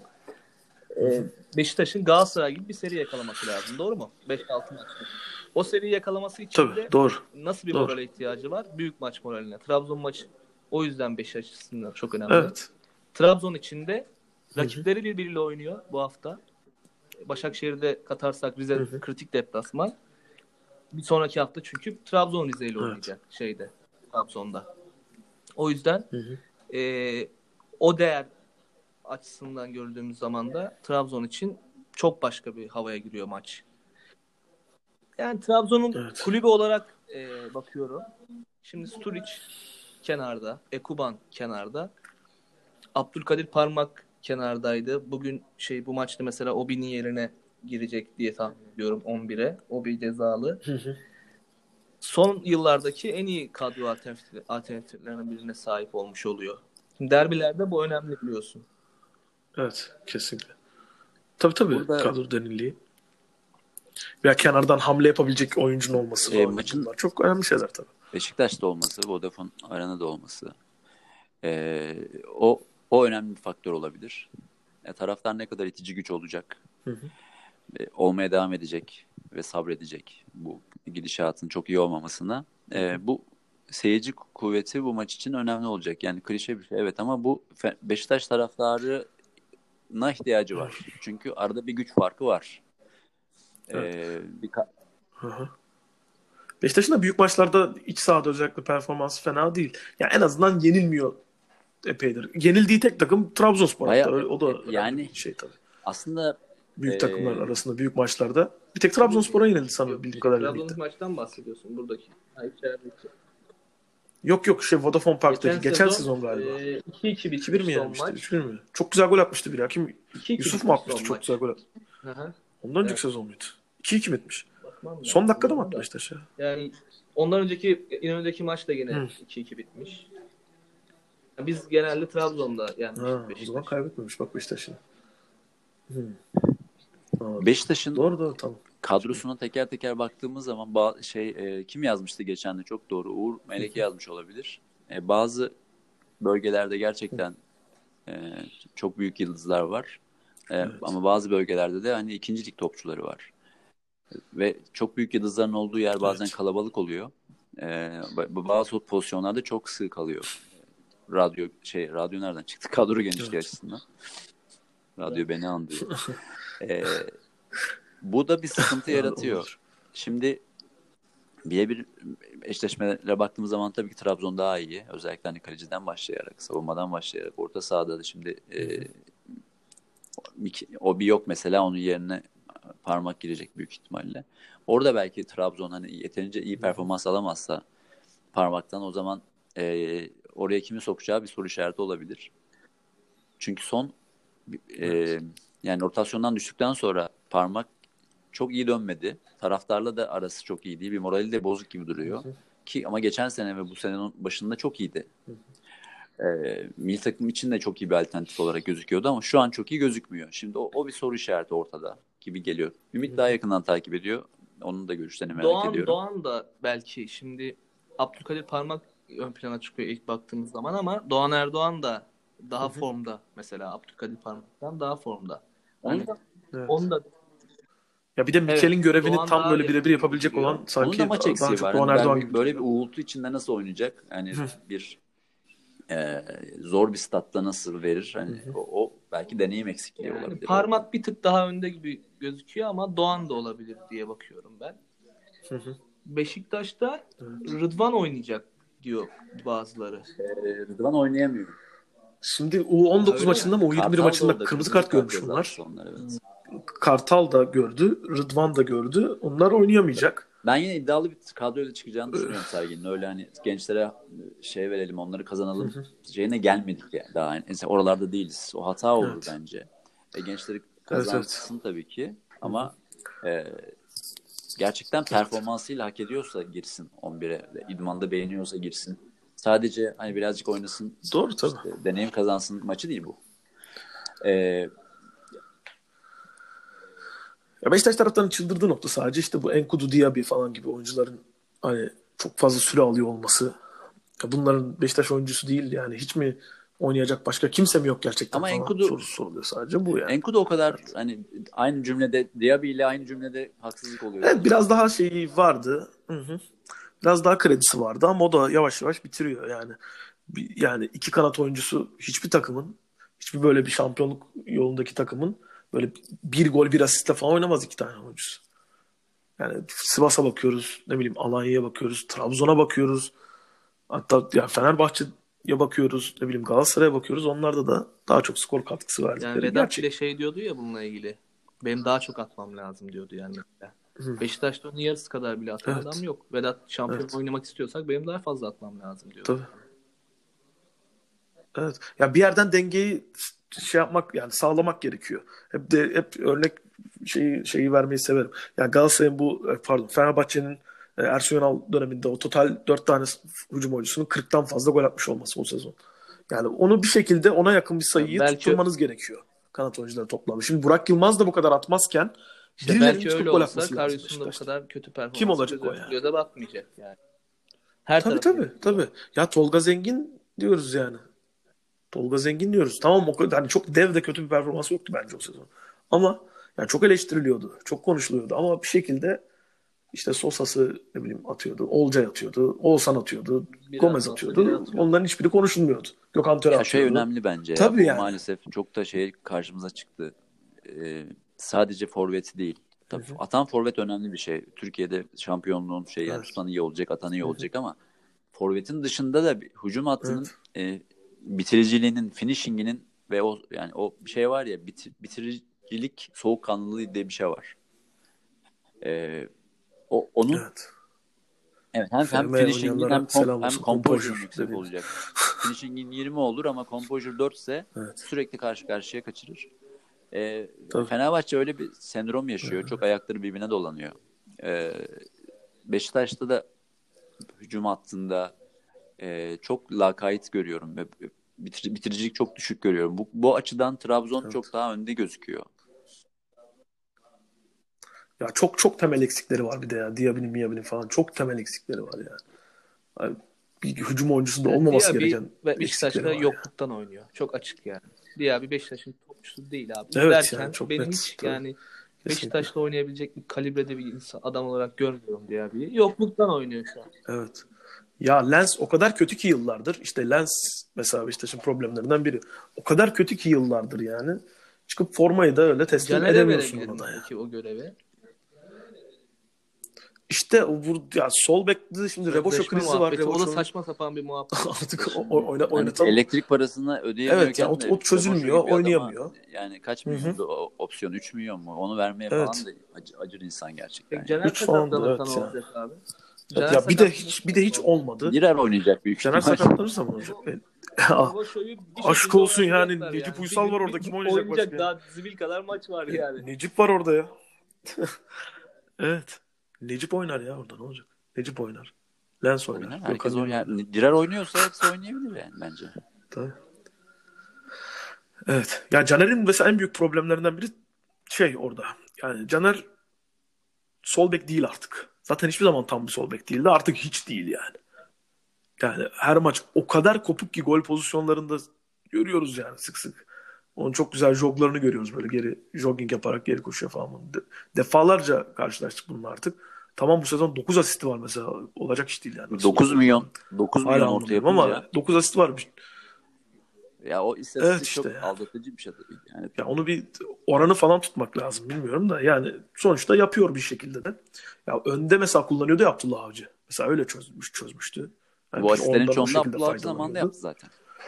Hı Ee, hı. Beşiktaş'ın Galatasaray gibi bir seri yakalaması lazım. Doğru mu? beş altı maçlık. O seriyi yakalaması için Tabii de doğru. nasıl bir Doğru. morale ihtiyacı var? Büyük maç moraline. Trabzon maçı o yüzden Beşiktaş açısından çok önemli. Evet. Trabzon için de Hı hı. rakipleri birbiriyle oynuyor bu hafta. Başakşehir'de katarsak Hı Rize hı. kritik deplasman. Bir sonraki hafta çünkü Trabzon Rize ile Evet. oynayacak şeyde Trabzon'da. O yüzden Hı hı. e, o değer açısından gördüğümüz zaman da Trabzon için çok başka bir havaya giriyor maç. Yani Trabzon'un Evet. kulübü olarak e, bakıyorum. Şimdi Sturic kenarda, Ekuban kenarda, Abdülkadir Parmak kenardaydı. Bugün şey bu maçta mesela Obi'nin yerine girecek diye tahmin ediyorum on bire. Obi cezalı. Hı hı. Son yıllardaki en iyi kadro alternatif, alternatiflerinin birine sahip olmuş oluyor. Şimdi derbilerde bu önemli biliyorsun. Evet. Kesinlikle. Tabii tabii. Burada Kadro derinliği. Veya kenardan hamle yapabilecek oyuncunun olması e, falan. maçın Bunlar çok önemli şeyler tabii. Beşiktaş'ta olması, Vodafone Arena'da olması e, o o önemli bir faktör olabilir. E, taraftar ne kadar itici güç olacak, Hı hı. e, olmaya devam edecek. ve sabredecek bu gidişatın çok iyi olmamasına. E, bu seyirci kuvveti bu maç için önemli olacak. Yani klişe bir şey evet ama bu Beşiktaş taraftarına ihtiyacı var. Çünkü arada bir güç farkı var. Evet. E, bir ka- Hı hı. Beşiktaş'ın da büyük maçlarda iç sahada özellikle performansı fena değil. Yani en azından yenilmiyor epeydir. Yenildiği tek takım Trabzonspor hatta. Baya Öyle- O da e, önemli yani bir şey tabii. aslında Büyük takımlar e, arasında büyük maçlarda. Bir tek Trabzonspor'a yenildi sanırım bildiğim kadarıyla ligde. Trabzon'un maçtan bahsediyorsun buradaki. Ha, içerideki. Yok yok şey Vodafone Park'taki. Geçen, Geçen sezon, sezon galiba. e, iki iki iki bir bitmiş mi son yenmişti? maç. üç bir mi? Çok güzel gol atmıştı bir ya. Kim? iki iki Yusuf mu bitmiş atmıştı? son Çok maç. güzel gol atmıştı. Hı hı. Ondan önceki Evet. sezon muydu? iki iki mi etmiş? Bakmam Son lazım dakikada mı ona attı da. Beşiktaş ya? Yani ondan önceki İnönü'deki maç da yine Hı. iki iki bitmiş. Yani biz genelde Trabzon'da yenmiştik Ha, o zaman Beşiktaş'ı. kaybetmemiş bak Beşiktaş'ın. Hı. Anladım. Beşiktaş'ın Doğru doğru tamam. kadrosuna teker teker baktığımız zaman ba- şey e, kim yazmıştı geçen de çok doğru Uğur Meleke yazmış olabilir. E, bazı bölgelerde gerçekten e, çok büyük yıldızlar var. E, Evet. ama bazı bölgelerde de hani ikinci lig topçuları var. Ve çok büyük yıldızların olduğu yer bazen Evet. kalabalık oluyor. E, ba- bazı pozisyonlarda çok sığ kalıyor. Radyo şey radyo nereden çıktı? Kadro genişliği Evet. açısından. Radyo beni andırıyor. E, bu da bir sıkıntı Yani yaratıyor. olur. Şimdi birebir eşleşmelere baktığımız zaman tabii ki Trabzon daha iyi. Özellikle hani kaleciden başlayarak, savunmadan başlayarak, orta sahada da şimdi e, o bir yok mesela onun yerine parmak girecek büyük ihtimalle. Orada belki Trabzon hani yeterince iyi performans alamazsa parmaktan o zaman e, oraya kimi sokacağı bir soru işareti olabilir. Çünkü son e, Evet. yani rotasyondan düştükten sonra parmak çok iyi dönmedi. Taraftarla da arası çok iyi değil. Bir morali de bozuk gibi duruyor. Ki ama geçen sene ve bu senenin başında çok iyiydi. Ee, milli takım için de çok iyi bir alternatif olarak gözüküyordu ama şu an çok iyi gözükmüyor. Şimdi o, o bir soru işareti ortada gibi geliyor. Ümit daha yakından takip ediyor. Onun da görüşlerini merak Doğan ediyorum. Doğan da belki şimdi Abdülkadir Parmak ön plana çıkıyor ilk baktığımız zaman ama Doğan Erdoğan da daha formda mesela Abdülkadir Parmak'tan daha formda. Onu Hani da, Evet. onu da Ya bir de Mikel'in evet, görevini Doğan tam daha böyle yakın birebir gibi yapabilecek duruyor. olan onun da sanki maç daha eksiği çok var. Doğan Hani Erdoğan ben gibi böyle bir duruyor. uğultu içinde nasıl oynayacak? Hani bir e, zor bir statta nasıl verir? Hani o, o belki deneyim eksikliği Yani olabilir. Parmak bir tık daha önde gibi gözüküyor ama Doğan da olabilir diye bakıyorum ben. Beşiktaş'ta Rıdvan oynayacak diyor bazıları. E, Rıdvan oynayamıyor. Şimdi U on dokuz Ha, öyle mi? maçında mı U yirmi bir Kartal da maçında orada kırmızı kırmızı kart kart görmüş cezası bunlar. onlar evet. Kartal da gördü, Rıdvan da gördü. Onlar oynayamayacak. Ben yine iddialı bir kadroyla çıkacağını düşünüyorum Sergen'in. Öyle hani gençlere şey verelim, onları kazanalım şeyine gelmedik yani. Daha yani mesela oralarda değiliz. O hata olur Evet. bence. E, gençleri Evet evet. kazansın tabii ki. Ama e, gerçekten performansıyla hak ediyorsa girsin on bire. İdmanda beğeniyorsa girsin. Sadece hani birazcık oynasın, Doğru tabii. işte deneyim kazansın maçı değil bu. E, Ya Beşiktaş taraftarının çıldırdığı nokta sadece işte bu Enkudu Diaby falan gibi oyuncuların hani çok fazla süre alıyor olması. Ya bunların Beşiktaş oyuncusu değil yani hiç mi oynayacak başka kimse mi yok gerçekten ama falan Enkudu sorusu soruluyor sadece bu yani. Enkudu o kadar Evet. hani aynı cümlede Diaby ile aynı cümlede haksızlık oluyor Evet bence. biraz daha şeyi vardı. Hı hı. Biraz daha kredisi vardı ama o da yavaş yavaş bitiriyor yani. Bir- Yani iki kanat oyuncusu hiçbir takımın, hiçbir böyle bir şampiyonluk yolundaki takımın böyle bir gol bir asistle falan oynamaz iki tane oyuncusu. Yani Sivas'a bakıyoruz, ne bileyim Alanya'ya bakıyoruz, Trabzon'a bakıyoruz. Hatta ya Fenerbahçe'ye bakıyoruz, ne bileyim Galatasaray'a bakıyoruz. Onlarda da daha çok skor katkısı Yani verdikleri Vedat bile gerçek. şey diyordu ya bununla ilgili. Benim daha çok atmam lazım diyordu yani mesela. Beşiktaş'ta onun yarısı kadar bile atan adam Evet, yok. Vedat şampiyon evet, oynamak istiyorsak benim daha fazla atmam lazım diyordu. tabii. Evet. Ya bir yerden dengeyi şey yapmak yani sağlamak gerekiyor. Hep de hep örnek şeyi şeyi vermeyi severim. Yani Galatasaray'ın bu e, pardon Fenerbahçe'nin e, Ersun Yanal döneminde o total dört tane hücum oyuncusunun kırktan fazla gol atmış olması o sezon. Yani onu bir şekilde ona yakın bir Yani sayıyı belki tutturmanız gerekiyor. Kanat oyuncuları toplamda. Şimdi Burak Yılmaz da bu kadar atmazken işte birilerinin belki öyle çıkıp gol olsa atması lazım Karius'un da bu Beşiktaş'ta. kadar kötü Kim performansı olacak göze, o yani? göze batmayacak yani. Her Tabii tarafı tabii etkiliyor. tabii. Ya Tolga Zengin diyoruz yani. Tolga Zengin diyoruz. Tamam o kadar hani çok dev de kötü bir performans yoktu bence o sezon. Ama yani çok eleştiriliyordu. Çok konuşuluyordu ama bir şekilde İşte Sosa'sı ne bileyim atıyordu. Olcay atıyordu. Oğuzhan atıyordu. Biraz Gomez Sosa, atıyordu. biri atıyor. Onların hiçbiri konuşulmuyordu. Gökhan Töre Ya şey atıyordu. önemli bence ya. Tabii Bu yani. maalesef çok da şey karşımıza çıktı. Ee, sadece forveti değil. Tabii atan forvet önemli bir şey. Türkiye'de şampiyonluğun şey yani Evet. tutan iyi olacak, atan iyi olacak ama forvetin dışında da bir hücum hattının Evet. e, bitiriciliğinin, finishing'inin ve o yani o şey var ya bitir, bitiricilik soğukkanlılığı diye bir şey var. Ee, o onun Evet. evet hem hem F M finishing'in oynayanlara hem kom, selam hem olsun. composure'ın Composure yüksek dediğimiz. olacak. Finishing'in yirmi olur ama composure dört ise Evet. sürekli karşı karşıya kaçırır. Ee, Tabii. Fenerbahçe öyle bir sendrom yaşıyor. Çok ayakları birbirine dolanıyor. Ee, Beşiktaş'ta da hücum hattında e, çok lakayt görüyorum ve bitir, bitiricilik çok düşük görüyorum. Bu, bu açıdan Trabzon Evet. çok daha önde gözüküyor. Ya çok çok temel eksikleri var bir de ya. Diaby'nin, Miaby'nin falan çok temel eksikleri var yani. Yani bir hücum oyuncusu da Yani olmaması Diaby gereken ve eksikleri Beşiktaş'ta var ya. yokluktan oynuyor. Çok açık yani. Diaby Beşiktaş'ın topçusu değil abi. Evet İzlerken yani çok benim net. hiç Tabii. yani Kesinlikle. Beşiktaş'ta oynayabilecek bir kalibrede bir insan, adam olarak görmüyorum Diaby'yi. Yokluktan oynuyor şu an. Evet. Ya Lens o kadar kötü ki yıllardır. İşte Lens mesela Beşiktaş'ın problemlerinden biri. O kadar kötü ki yıllardır yani. Çıkıp formayı da öyle teslim Caner'e edemiyorsun verebilir ona da mi ya. peki o görevi? İşte bu ya sol bekte şimdi Reboşo Sözleşme krizi var. muhabbeti. O da Reboşo saçma sapan bir muhabbet. artık o- Şimdi. o- oyna, Yani oynatamıyor. elektrik parasını Evet ödeyemiyorken yani o, de o çözülmüyor, Reboşo gibi adama oynayamıyor. yani kaç Hı hı. milyondu o opsiyon? üç milyon mu? Onu vermeye Evet. falan da acı, acır insan gerçekten Peki yani. Caner üç falan da sakatlanırsa ne evet yani. olacak abi? Evet, Caner ya bir de sakatlanırsa hiç bir de hiç ne olacak? olmadı. Direr oynayacak büyük Caner ihtimal. sakatlanırsa mı olacak? E, Reboşo'yu bir aşk şekilde olsun yani oynatacaklar Necip yani. Uysal Bir var gün orada. bir, Kim oynayacak oynayacak başka? daha zibil kadar maç var yani. Necip var orada ya. Evet. Necip oynar ya orada ne olacak? Necip oynar. Lens oynar. Oynar. Gökhan Herkes Gönül oynar. oynar. Yani Direr oynuyorsa hepsi oynayabilir yani bence. Tabii. Evet. Ya Caner'in mesela en büyük problemlerinden biri şey orada. Yani Caner sol bek değil artık. Zaten hiçbir zaman tam bir sol bek değildi. Artık hiç değil yani. Yani her maç o kadar kopuk ki gol pozisyonlarında görüyoruz yani sık sık. Onun çok güzel joglarını görüyoruz böyle geri jogging yaparak geri koşuyor falan. De- defalarca karşılaştık bununla artık. Tamam bu sezon dokuz asisti var mesela. Olacak iş değil yani. Nasıl dokuz oluyor milyon bilmiyorum. dokuz Hala milyon orta anlamıyorum ama yapınca dokuz asist var. ya o Evet istatistik işte çok yani. aldatıcı bir şey tabii. Yani Ya onu bir oranı falan tutmak lazım bilmiyorum da yani sonuçta yapıyor bir şekilde de. Ya önde mesela kullanıyordu ya Abdullah Avcı. Mesela öyle çözmüş çözmüştü. Yani bu asistlerin ondan o çoğunu da şekilde Abdullah Avcı zamanında faydalanıyordu. yaptı zaten.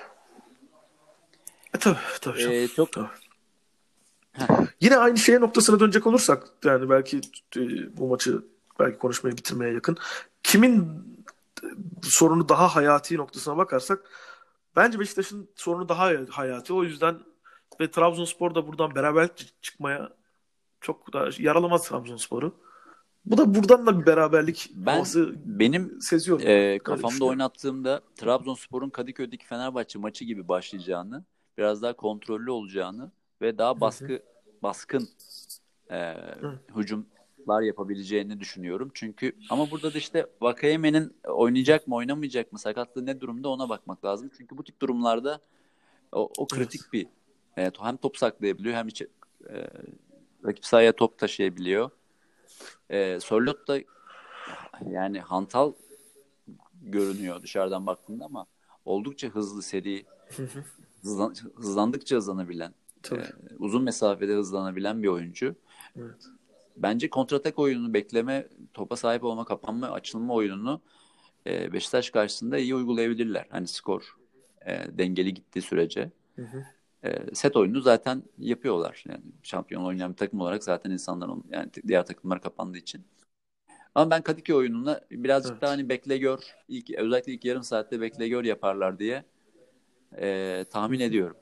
E tabii tabii canım. Ee, çok Tabii. Heh, Yine aynı şeye noktasına dönecek olursak yani belki e, bu maçı belki konuşmaya bitirmeye yakın. Kimin sorunu daha hayati noktasına bakarsak bence Beşiktaş'ın sorunu daha hayati. O yüzden ve Trabzonspor da buradan beraber çıkmaya çok da yaralamaz Trabzonspor'u. Bu da buradan da bir beraberlik ben havası benim seziyorum ben. e, Öyle kafamda düşünüyorum. oynattığımda Trabzonspor'un Kadıköy'deki Fenerbahçe maçı gibi başlayacağını, biraz daha kontrollü olacağını ve daha Hı hı. baskı baskın e, Hı. hücumlar yapabileceğini düşünüyorum. Çünkü ama burada da işte Vakayeme'nin oynayacak mı oynamayacak mı sakatlığı ne durumda ona bakmak lazım. Çünkü bu tip durumlarda o, o Evet. kritik bir e, hem top saklayabiliyor hem içi, e, rakip sahaya top taşıyabiliyor. E, Sörloth da yani hantal görünüyor dışarıdan baktığında ama oldukça hızlı, seri, Hı hı. hızlan, hızlandıkça hızlanabilen, Tabii. e, uzun mesafede hızlanabilen bir oyuncu. Evet. Bence kontratak oyununu bekleme, topa sahip olma, kapanma, açılma oyununu e, Beşiktaş karşısında iyi uygulayabilirler. Hani skor e, dengeli gittiği sürece. Hı hı. E, set oyununu zaten yapıyorlar. Yani şampiyon oynayan bir takım olarak zaten insanlar onu, yani diğer takımlar kapandığı için. Ama ben Kadıköy oyununa birazcık daha Evet. hani bekle gör, ilk, özellikle ilk yarım saatte bekle gör yaparlar diye e, Hı tahmin hı. ediyorum.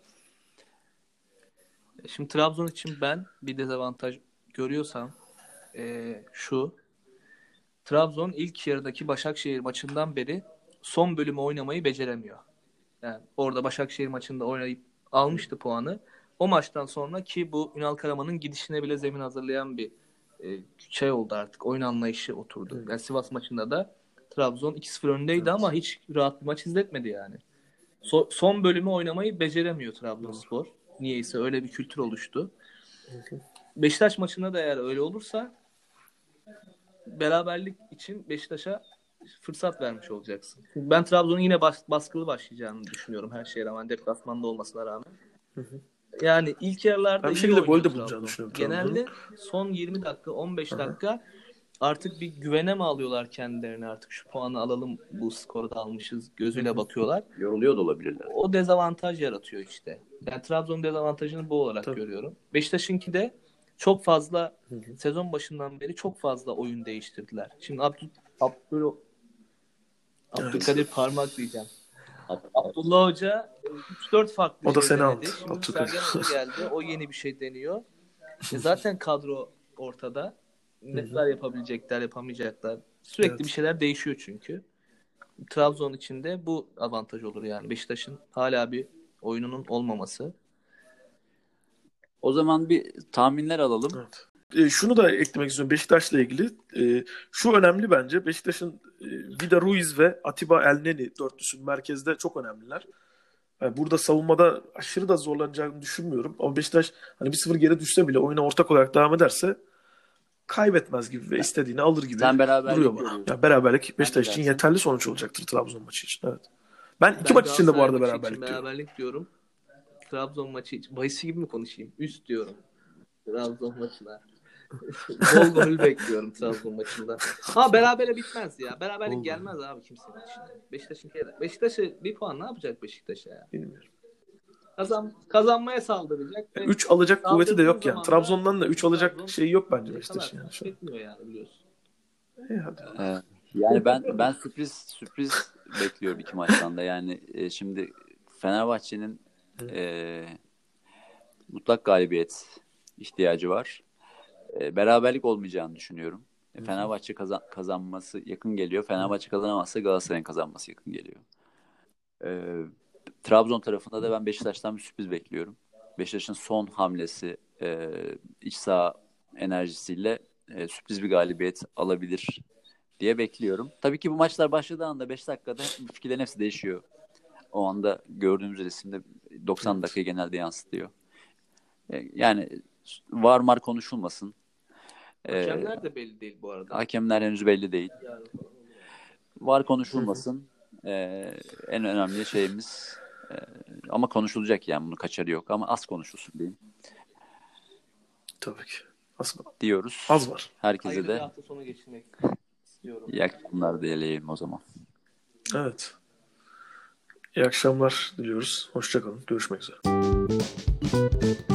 Şimdi Trabzon için ben bir dezavantaj görüyorsam eee, şu. Trabzon ilk yarıdaki Başakşehir maçından beri son bölümü oynamayı beceremiyor. Yani orada Başakşehir maçında oynayıp almıştı puanı. O maçtan sonra ki bu Ünal Karaman'ın gidişine bile zemin hazırlayan bir e, şey oldu artık. Oyun anlayışı oturdu. Hı. Yani Sivas maçında da Trabzon iki sıfır öndeydi ama Evet. hiç rahat bir maç izletmedi yani. So- son bölümü oynamayı beceremiyor Doğru. Trabzonspor. Niyeyse öyle bir kültür oluştu. Hı hı. Beşiktaş maçında da eğer öyle olursa beraberlik için Beşiktaş'a fırsat vermiş olacaksın. Ben Trabzon'un yine bas- baskılı başlayacağını düşünüyorum her şeye rağmen, deplasmanda olmasına rağmen. Hı hı. Yani ilk yarılarda Ben bir iyi şekilde oynuyor gol de bulacağını Trabzon. düşünüyorum Genelde Trabzon'un. son yirmi dakika, on beş Hı hı. dakika artık bir güvene mi alıyorlar kendilerini, artık şu puanı alalım, bu skoru da almışız Hı gözüyle hı. bakıyorlar. Yoruluyor da olabilirler. O dezavantaj yaratıyor işte. Ben Trabzon'un dezavantajını bu olarak Tabii. görüyorum. Beşiktaş'ınki de çok fazla Hı hı. sezon başından beri çok fazla oyun değiştirdiler. Şimdi Abdül, Abdül, Evet. Abdülkadir Parmak diyeceğim. Abdullah Hoca üç dört farklı O da şey seni denedi. aldı. Şimdi Abdülkadir. Sergen Hoca geldi. O yeni bir şey deniyor. E zaten kadro ortada. Hı hı. Netler yapabilecekler, yapamayacaklar. Sürekli Evet. bir şeyler değişiyor çünkü. Trabzon için de bu avantaj olur yani. Beşiktaş'ın hala bir oyununun olmaması. O zaman bir tahminler alalım. Evet. E, şunu da eklemek istiyorum Beşiktaş'la ilgili. E, şu önemli bence. Beşiktaş'ın e, Vida Ruiz ve Atiba Elneny dörtlüsü merkezde çok önemliler. Yani burada savunmada aşırı da zorlanacağını düşünmüyorum. Ama Beşiktaş hani bir sıfır geri düşse bile oyuna ortak olarak devam ederse kaybetmez gibi ve istediğini alır gibi Sen beraberlik duruyor bana. görüyorsun. Yani beraberlik Sen ne Beşiktaş için dersin? yeterli sonuç olacaktır Trabzon maçı için. Evet. Ben iki Ben maç için de bu Galatasaray arada maçı beraberlik için diyorum. beraberlik diyorum. Trabzon maçı için. Bahisi gibi mi konuşayım? Üst diyorum. Trabzon maçına. Bol gol bekliyorum Trabzon maçında. Ha berabere bitmez ya. Beraberlik Oldu. gelmez abi kimsenin içine. Beşiktaş'ın kere. Beşiktaş'ı bir puan ne yapacak Beşiktaş'a ya? Bilmiyorum. Kazan, kazanmaya saldıracak ve üç alacak kuvveti de saldırdığı yok yani. zaman da Trabzon'dan da üç alacak Trabzon şeyi yok bence yakalarsa Beşiktaş'ın yani şu an. etmiyor yani biliyorsun. İyi hadi. Ee, yani ben ben sürpriz sürpriz bekliyorum iki maçtan da. Yani e, şimdi Fenerbahçe'nin e, mutlak galibiyet ihtiyacı var. E, beraberlik olmayacağını düşünüyorum. E, Fenerbahçe kazan, kazanması yakın geliyor. Fenerbahçe kazanamazsa Galatasaray'ın kazanması yakın geliyor. E, Trabzon tarafında da ben Beşiktaş'tan bir sürpriz bekliyorum. Beşiktaş'ın son hamlesi e, iç saha enerjisiyle e, sürpriz bir galibiyet alabilir diye bekliyorum. Tabii ki bu maçlar başladığı anda beş dakikada fikirlerin hepsi değişiyor. O anda gördüğümüz resimde doksan dakikayı genelde yansıtıyor. E, yani var mar konuşulmasın. E, Hakemler de belli değil bu arada. hakemler henüz belli değil. Yani Var konuşulmasın. E, en önemli şeyimiz e, ama konuşulacak yani bunun kaçarı yok ama az konuşulsun diyeyim. Tabii ki. Az, Diyoruz. az var. Herkese hayırlı bir de hafta sonu geçirmek istiyorum. iyi akşamlar dileyelim o zaman. Evet. İyi akşamlar diliyoruz. Hoşça kalın. Görüşmek üzere.